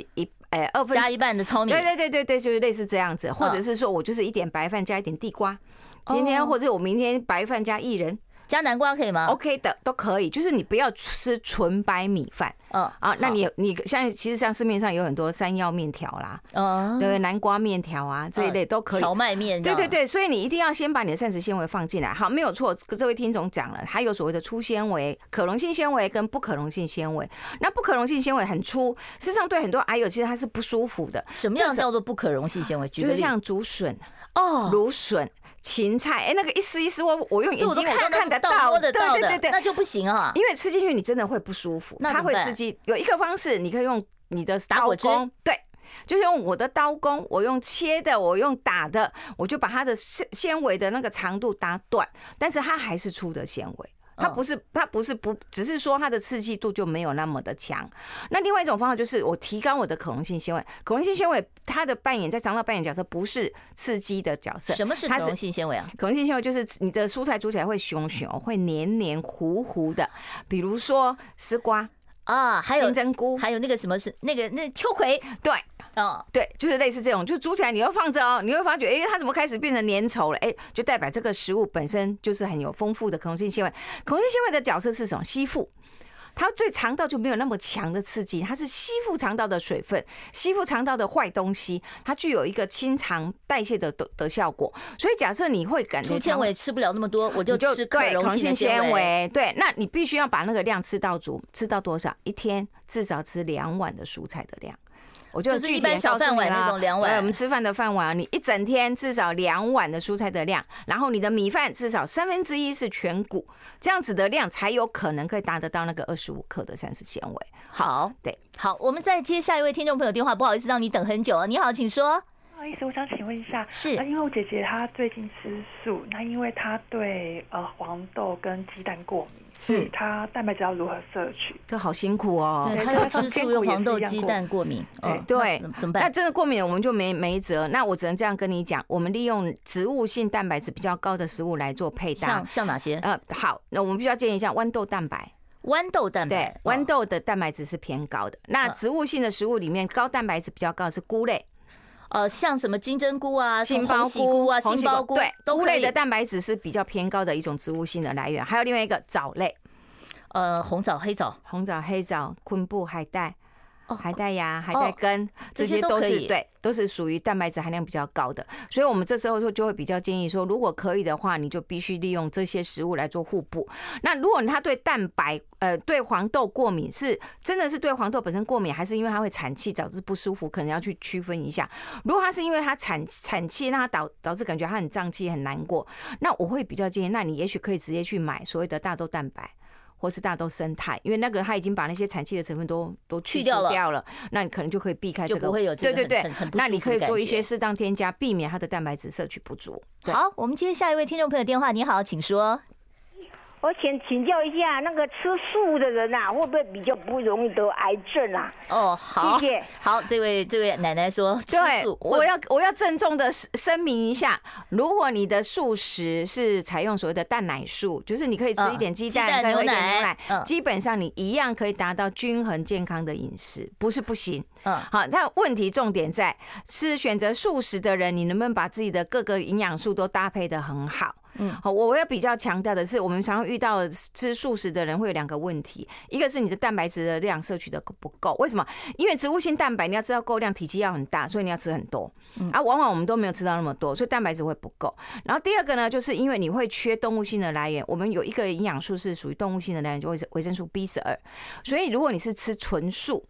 2分加一半的糙米， 对，就是类似这样子，或者是说我就是一点白饭加一点地瓜，今天或者我明天白饭加薏仁。 加南瓜可以吗 ？OK 的，都可以。就是你不要吃纯白米饭，那你其实像市面上有很多山药面条啦，对，南瓜面条啊这一类都可以， 荞麦面， 对，所以你一定要先把你的膳食纤维放进来。好，没有错，这位听众讲了，还有所谓的粗纤维、可溶性纤维跟不可溶性纤维。那不可溶性纤维很粗，事实上对很多癌友其实它是不舒服的。 什么样叫做不可溶性纤维？ 就是像竹笋、芦笋。芹菜，那个一丝一丝，我用眼睛我都看得到， 摸得到的，对，那就不行啊， 因为吃进去你真的会不舒服，它会刺激。有一个方式，你可以用你的刀工，对，就是用我的刀工，我用切的，我用打的，我就把它的纤维的那个长度打短，但是它还是粗的纤维。它不是只是说它的刺激度就没有那么的强。那另外一种方法就是我提高我的可溶性纤维。可溶性纤维它的在肠道扮演角色不是刺激的角色。 什么是可溶性纤维啊？ 可溶性纤维就是你的蔬菜煮起来会熊熊，会黏黏糊糊的，比如说丝瓜啊，还有金针菇， 还有那个什么是那秋葵， 对。对，就是类似这种，就煮起来你要放着哦，你会发觉，它怎么开始变成粘稠了？就代表这个食物本身就是很有丰富的可溶性纤维。可溶性纤维的角色是什么？吸附。它对肠道就没有那么强的刺激，它是吸附肠道的水分，吸附肠道的坏东西，它具有一个清肠代谢的效果。所以假设你会感觉粗纤维吃不了那么多，我就吃可溶性纤维。 对，那你必须要把那个量吃到足，吃到多少？一天至少吃2碗的蔬菜的量。我就是一般小饭碗那种2碗， 我们吃饭的饭碗，你一整天至少2碗的蔬菜的量，然后你的米饭至少1/3是全谷，这样子的量才有可能可以达得到那个25克的膳食纤维。 好， 对， 好，我们再接下一位听众朋友电话，不好意思让你等很久啊。你好，请说。 不好意思，我想请问一下， 是因为我姐姐她最近吃素，那因为她对黄豆跟鸡蛋过敏， 是她蛋白质要如何摄取？ 这好辛苦哦。 对，她要吃素又黄豆、鸡蛋过敏， 对， 怎么办？ 那真的过敏我们就没辙。那我只能这样跟你讲，我们利用植物性蛋白质比较高的食物来做配搭， 像哪些？ 好，那我们必须要建议一下豌豆蛋白。 豌豆蛋白， 对，豌豆的蛋白质是偏高的。那植物性的食物里面高蛋白质比较高的是菇类。 像什么金针菇啊、 杏鲍菇啊、杏鲍菇， 对，菇类的蛋白质是比较偏高的一种植物性的来源。还有另外一个藻类， 红枣、黑枣、 昆布、海带、海带芽、海带根，这些都是对，都是属于蛋白质含量比较高的。所以我们这时候就会比较建议说，如果可以的话，你就必须利用这些食物来做互补。那如果他对蛋白对黄豆过敏，是真的是对黄豆本身过敏，还是因为它会产气导致不舒服，可能要去区分一下。如果它是因为它产气，让它导致感觉它很胀气、很难过，那我会比较建议，那你也许可以直接去买所谓的大豆蛋白。或是大豆生态，因为那个它已经把那些产气的成分都去掉了，那你可能就可以避开这个， 就不会有这个对，那你可以做一些事。 适当添加，避免它的蛋白质摄取不足。 好，我们接下一位听众朋友电话，你好，请说。 我请教一下，那个吃素的人啊，会不会比较不容易得癌症啊？ 好， 谢谢。 好，这位奶奶说， 对，我要郑重的声明一下，如果你的素食是采用所谓的蛋奶素，就是你可以吃一点鸡蛋， 牛奶，基本上你一样可以达到均衡健康的饮食，不是不行。好，那问题重点在是选择素食的人，你能不能把自己的各个营养素都搭配得很好？好，我要比较强调的是，我们常常遇到吃素食的人会有2个问题，一个是你的蛋白质的量摄取的不够，为什么？因为植物性蛋白你要吃到够量，体积要很大，所以你要吃很多，往往我们都没有吃到那么多，所以蛋白质会不够。然后第二个呢，就是因为你会缺动物性的来源，我们有一个营养素是属于动物性的来源，就维生素 B12，所以如果你是吃纯素，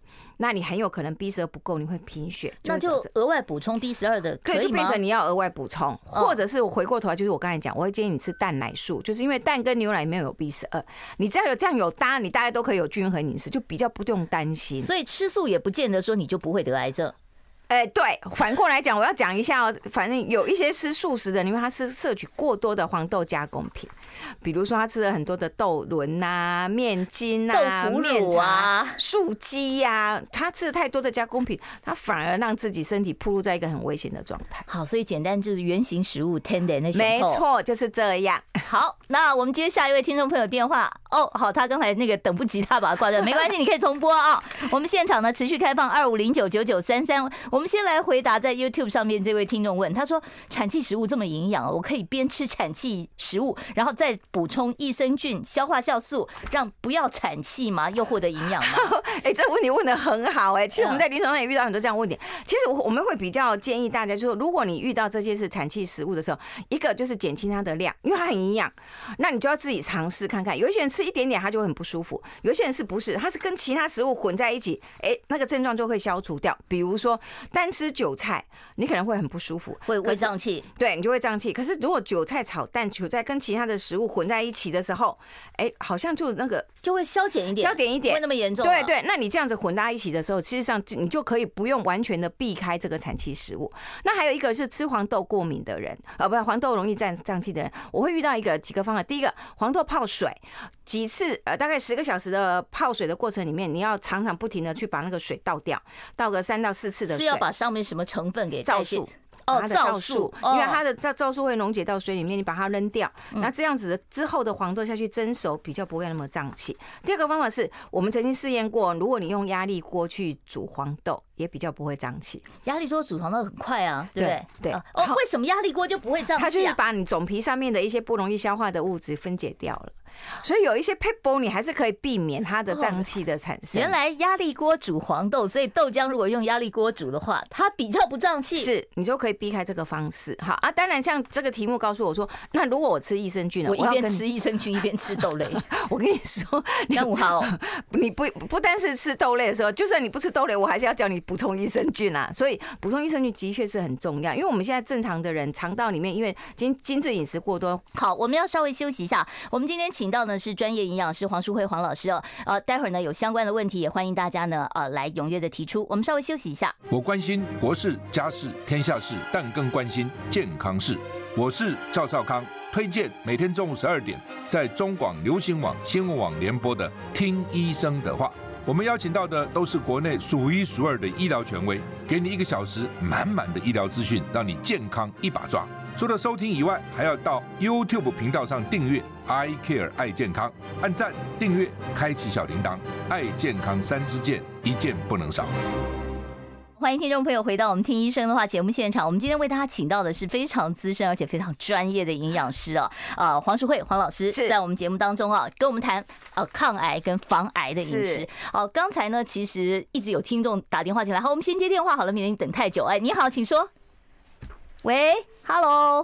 那你很有可能 B12不够，你会贫血， 那就额外补充 B12的，可以吗？ 对，就变成你要额外补充，或者是我回过头来，就是我刚才讲，我会建议你吃蛋奶素，就是因为蛋跟牛奶里面有 B12，你只要有这样有搭，你大概都可以有均衡饮食，就比较不用担心。 所以吃素也不见得说你就不会得癌症。 对，反过来讲，我要讲一下哦。反正有一些吃素食的，因为他是摄取过多的黄豆加工品，比如说他吃了很多的豆轮啊、面筋啊、 豆腐乳啊、 素鸡呀，他吃了太多的加工品，他反而让自己身体暴露在一个很危险的状态。 好，所以简单就是原型食物 tender 那些。 没错，就是这样。 好，那我们接下一位听众朋友电话。好，他刚才那个等不及，他把它挂断，没关系，你可以重播啊。我们现场呢持续开放25099933。我们先来回答在 YouTube 上面这位听众问，他说产气食物这么营养，我可以边吃产气食物，然后再补充益生菌、消化酵素，让不要产气吗？又获得营养吗？ 这个问题问得很好其实我们在临床上也遇到很多这样的问题。其实我们会比较建议大家，就是如果你遇到这些是产气食物的时候，一个就是减轻它的量，因为它很营养，那你就要自己尝试看看。有一些人吃一点点他就会很不舒服，有些人是不是他是跟其他食物混在一起，那个症状就会消除掉。比如说单吃韭菜，你可能会很不舒服， 会胀气， 对，你就会胀气。可是如果韭菜炒蛋，韭菜跟其他的食物混在一起的时候，好像就那个就会消减一点，不会那么严重。 对对，那你这样子混在一起的时候，事实上你就可以不用完全的避开这个产气食物。那还有一个是吃黄豆过敏的人，不是黄豆容易胀气的人，我会遇到几个方法。第一个，黄豆泡水几次，大概10个小时的泡水的过程里面，你要常常不停的去把那个水倒掉，倒个3到4次的水， 是要把上面什么成分给代谢？ 它的皂素，因为它的皂素会溶解到水里面，你把它扔掉，那这样子的之后的黄豆下去蒸熟，比较不会那么胀气。第二个方法是我们曾经试验过，如果你用压力锅去煮黄豆，也比较不会胀气。 压力锅煮黄豆很快啊，对不对？ 对。 为什么压力锅就不会胀气？ 它就是把你种皮上面的一些不容易消化的物质分解掉了。所以有一些 pebble 你还是可以避免它的胀气的产生。 原来压力锅煮黄豆，所以豆浆如果用压力锅煮的话，它比较不胀气。 是，你就可以避开这个方式。好啊，当然像这个题目告诉我说，那如果我吃益生菌呢？ 我一边吃益生菌一边吃豆类。 我跟你说， 那我好， 你不单是吃豆类的时候，就算你不吃豆类，我还是要叫你补充益生菌啊。所以补充益生菌的确是很重要，因为我们现在正常的人肠道里面因为精致饮食过多。 好，我们要稍微休息一下。我们今天请到的是专业营养师黄淑慧黄老师待会儿呢有相关的问题，也欢迎大家呢来踊跃的提出。我们稍微休息一下。 我关心国事、家事、天下事，但更关心健康事。我是赵少康，推荐每天中午12点在中广流行网、新闻网联播的《听医生的话》。我们邀请到的都是国内数一数二的医疗权威，给你1个小时满满的医疗资讯，让你健康一把抓。除了收听以外，还要到 YouTube 频道上订阅 I Care 爱健康，按赞、订阅、开启小铃铛，爱健康3支箭，一件不能少。 欢迎听众朋友回到我们听医生的话节目现场。我们今天为大家请到的是非常资深而且非常专业的营养师黄淑慧黄老师，在我们节目当中跟我们谈抗癌跟防癌的饮食。刚才呢其实一直有听众打电话进来，好，我们先接电话好了，免得你等太久。你好，请说。喂 ，Hello，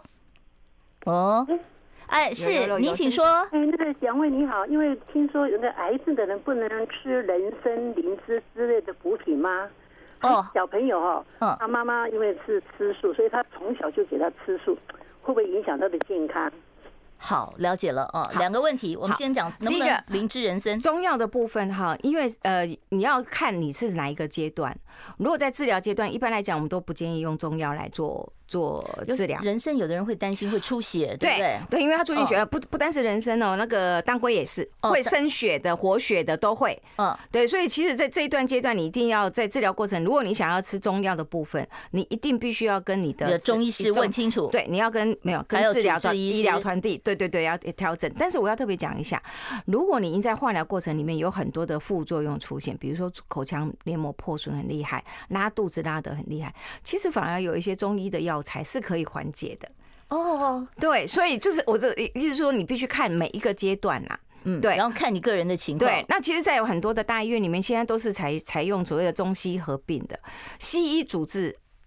是，您请说。 那个蒋卫你好，因为听说有个癌症的人不能吃人参、灵芝之类的补品吗？小朋友他妈妈因为是吃素，所以他从小就给他吃素，会不会影响他的健康？ 好，了解了2个问题，我们先讲能不能灵芝人参中药的部分因为你要看你是哪一个阶段。如果在治疗阶段，一般来讲我们都不建议用中药来做治疗。 人参有的人会担心会出血，对不对？ 对，因为它促进血压，不单是人参那个当归也是会生血的、活血的都会。对，所以其实在这一段阶段，你一定要在治疗过程，如果你想要吃中药的部分，你一定必须要跟你的中医师问清楚。 对，你要跟治疗的医疗团队，对，要调整。但是我要特别讲一下，如果你已经在化疗过程里面有很多的副作用出现，比如说口腔黏膜破损很厉害，拉肚子拉得很厉害，其实反而有一些中医的药材是可以缓解的。对，所以就是我这意思说，你必须看每一个阶段啦。对， 然后看你个人的情况。 对，那其实在有很多的大医院里面，现在都是采用所谓的中西合并的，西医主治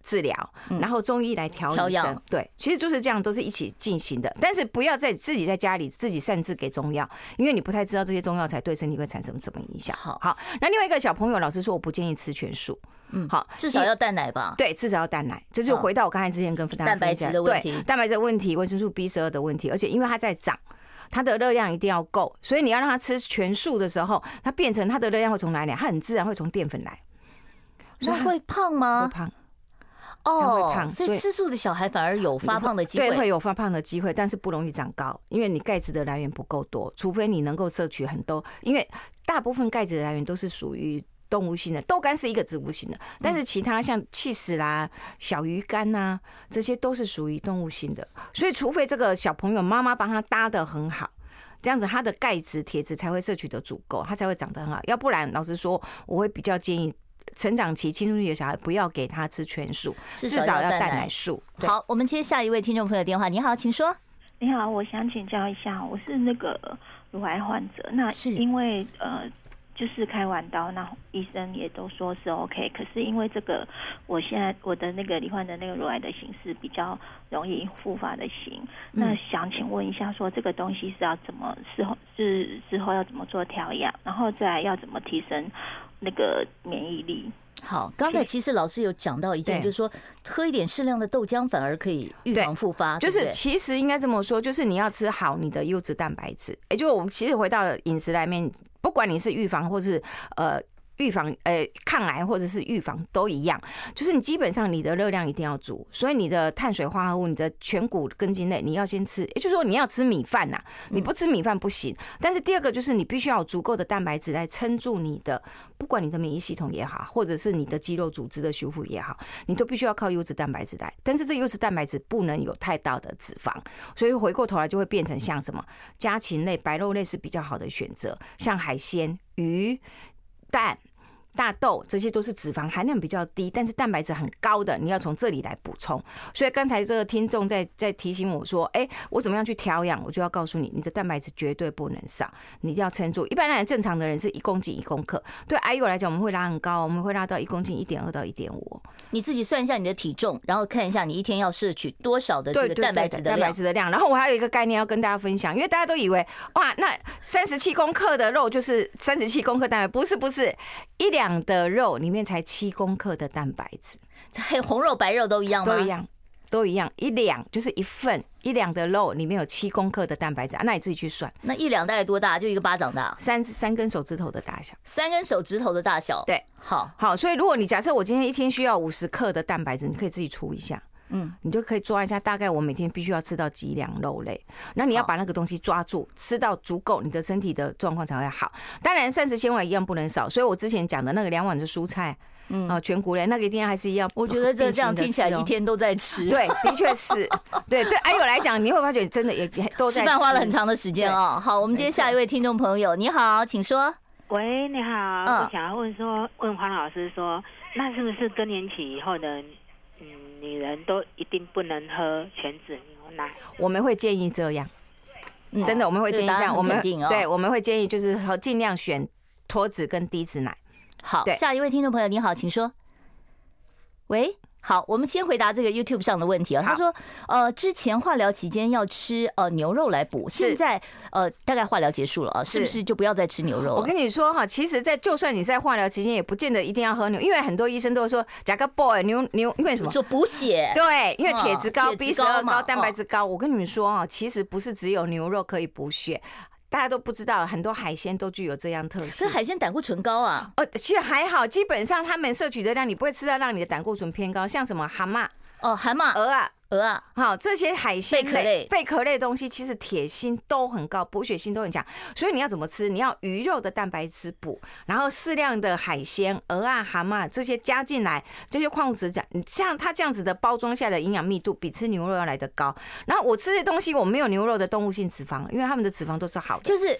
治疗，然后中医来调养。对，其实就是这样，都是一起进行的。但是不要自己在家里自己擅自给中药，因为你不太知道这些中药材对身体会产生什么影响。好，那另外一个小朋友，老师说我不建议吃全素。好， 至少要淡奶吧？ 对，至少要淡奶。这就回到我刚才之前跟大家蛋白质的问题， 蛋白质的问题，维生素 B12的问题，而且因为它在长。它的热量一定要够，所以你要让它吃全素的时候，它变成它的热量会从哪里来？它很自然会从淀粉来。 那会胖吗？ 会胖。 会胖，所以吃素的小孩反而有发胖的机会。 对，会有发胖的机会，但是不容易长高，因为你钙质的来源不够多，除非你能够摄取很多，因为大部分钙质的来源都是属于动物性的，豆干是一个植物性的，但是其他像起司啦、小鱼干呐，这些都是属于动物性的。所以，除非这个小朋友妈妈帮他搭得很好，这样子他的钙质、铁质才会摄取的足够，他才会长得很好。要不然，老实说，我会比较建议成长期、青春期的小孩不要给他吃全素，至少要蛋奶素。 好，我们接下一位听众朋友电话。你好，请说。 你好，我想请教一下，我是那个乳癌患者，那因为就是开完刀，那医生也都说是 OK， 可是因为这个，我现在我的那个罹患的那个乳癌的形式比较容易复发的型，那想请问一下，说这个东西是要怎么之后要怎么做调养，然后再来要怎么提升那个免疫力？ 好，刚才其实老师有讲到一件，就是说喝一点适量的豆浆反而可以预防复发， 就是其实应该这么说，就是你要吃好你的优质蛋白质。也就我们其实回到饮食来面，不管你是预防或是预防抗癌或者是预防都一样，就是你基本上你的热量一定要足，所以你的碳水化合物、你的全谷根茎类你要先吃，也就是说你要吃米饭呐，你不吃米饭不行。但是第二个就是你必须要有足够的蛋白质来撑住你的，不管你的免疫系统也好，或者是你的肌肉组织的修复也好，你都必须要靠优质蛋白质来。但是这优质蛋白质不能有太大的脂肪，所以回过头来就会变成像什么家禽类、白肉类是比较好的选择，像海鲜、鱼、蛋、大豆，这些都是脂肪含量比较低，但是蛋白质很高的，你要从这里来补充。所以刚才这个听众在提醒我说，我怎么样去调养？我就要告诉你，你的蛋白质绝对不能少，你一定要撑住。一般来讲，正常的人是1公斤1公克，对癌友来讲，我们会拉很高，我们会拉到1公斤1.2到1.5。 你自己算一下你的体重，然后看一下你一天要摄取多少的这个蛋白质的量。 然后我还有一个概念要跟大家分享，因为大家都以为哇，那37公克的肉就是37公克蛋白，不是，1两的肉里面才7公克的蛋白质， 红肉白肉都一样吗？ 都一样，1两就是1两的肉里面有7公克的蛋白质那你自己去算。 那1两大概多大？就一个巴掌大 ，3根手指头的大小 ，3根手指头的大小。 对，好，所以如果你假设我今天一天需要50克的蛋白质，你可以自己除一下。你就可以抓一下，大概我每天必须要吃到几两肉类，那你要把那个东西抓住，吃到足够，你的身体的状况才会好。当然膳食纤维一样不能少，所以我之前讲的那个2碗的蔬菜，全谷类那个一定还是要。 我觉得这样听起来一天都在吃。 对，的确是。对癌友来讲，你会发觉真的也都在吃饭花了很长的时间哦。好，我们接下一位听众朋友，你好，请说。 喂，你好，我想要问黄老师说，那是不是更年期以后的女人都一定不能喝全脂牛奶？ 我们会建议这样，真的我们会建议这样。我们会建议就是尽量选脱脂跟低脂奶。 好，下一位听众朋友你好，请说。喂。好，我们先回答这个 YouTube 上的问题啊。他说，之前化疗期间要吃牛肉来补，现在大概化疗结束了啊，是不是就不要再吃牛肉了？ 我跟你说哈，其实就算你在化疗期间，也不见得一定要喝牛，因为很多医生都会说加个 boy 牛，因为什么？ 说补血。 对，因为铁质高、B12高、蛋白质高。我跟你们说啊，其实不是只有牛肉可以补血。大家都不知道，很多海鲜都具有这样特性。 可是海鲜胆固醇高啊。 其实还好，基本上他们摄取的量，你不会吃到让你的胆固醇偏高。像什么蛤蟆、 蛤蟆、鹅啊，好， 这些海鲜类、贝壳类的东西，其实铁锌都很高，补血性都很强。所以你要怎么吃？你要鱼肉的蛋白质补，然后适量的海鲜、鹅啊、蛤蟆这些加进来，这些矿物质像它这样子的包装下的营养密度比吃牛肉要来得高。然后我吃的东西我没有牛肉的动物性脂肪，因为他们的脂肪都是好的。 就是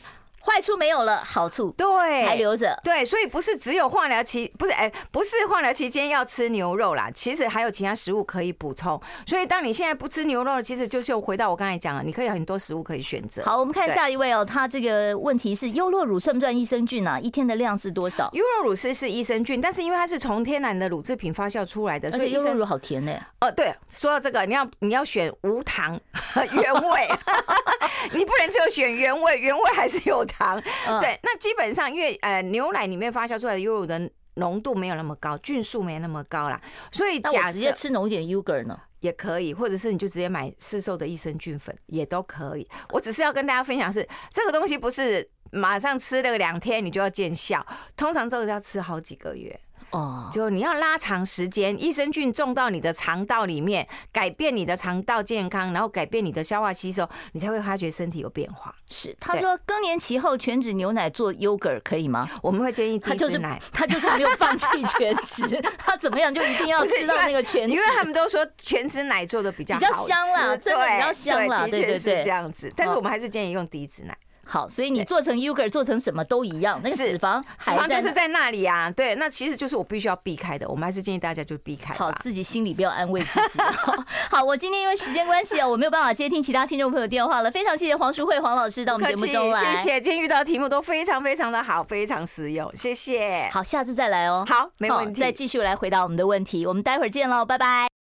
坏处没有了，好处对还留着。 对，所以不是只有化疗期，不是化疗期间要吃牛肉啦，其实还有其他食物可以补充。所以当你现在不吃牛肉，其实就是回到我刚才讲了，你可以有很多食物可以选择。 好，我们看下一位哦，他这个问题是优酪乳算不算益生菌啊？一天的量是多少？ 优酪乳是益生菌，但是因为它是从天然的乳制品发酵出来的， 而且优酪乳好甜呢。 对，说到这个，你要选无糖原味，你不能只有选原味，原味还是有糖。对，那基本上因为牛奶里面发酵出来的优酪乳的浓度没有那么高，菌数没那么高啦，所以那我直接吃浓一点 yogurt 呢？ 也可以，或者是你就直接买市售的益生菌粉也都可以。我只是要跟大家分享是这个东西不是马上吃了2天你就要见效，通常这个要吃好几个月。就你要拉长时间，益生菌种到你的肠道里面，改变你的肠道健康，然后改变你的消化吸收，你才会发觉身体有变化。 是，他说更年期后全脂牛奶做 yogurt 可以吗？ 我们会建议低脂奶， 他就是没有放弃全脂，他怎么样就一定要吃到那个全脂， 因为他们都说全脂奶做的比较香啦，真的比较香啦， 对对对，这样子。但是我们还是建议用低脂奶。 好，所以你做成 yogurt 做成什么都一样，那个脂肪就是在那里啊。对，那其实就是我必须要避开的，我们还是建议大家就避开。 好，自己心里不要安慰自己。好，我今天因为时间关系我没有办法接听其他听众朋友电话了，非常谢谢黄淑慧黄老师到我们节目中来， 谢谢。今天遇到的题目都非常非常的好，非常实用，谢谢。 好，下次再来哦。 好，没问题。 再继续来回答我们的问题，我们待会儿见喽，拜拜。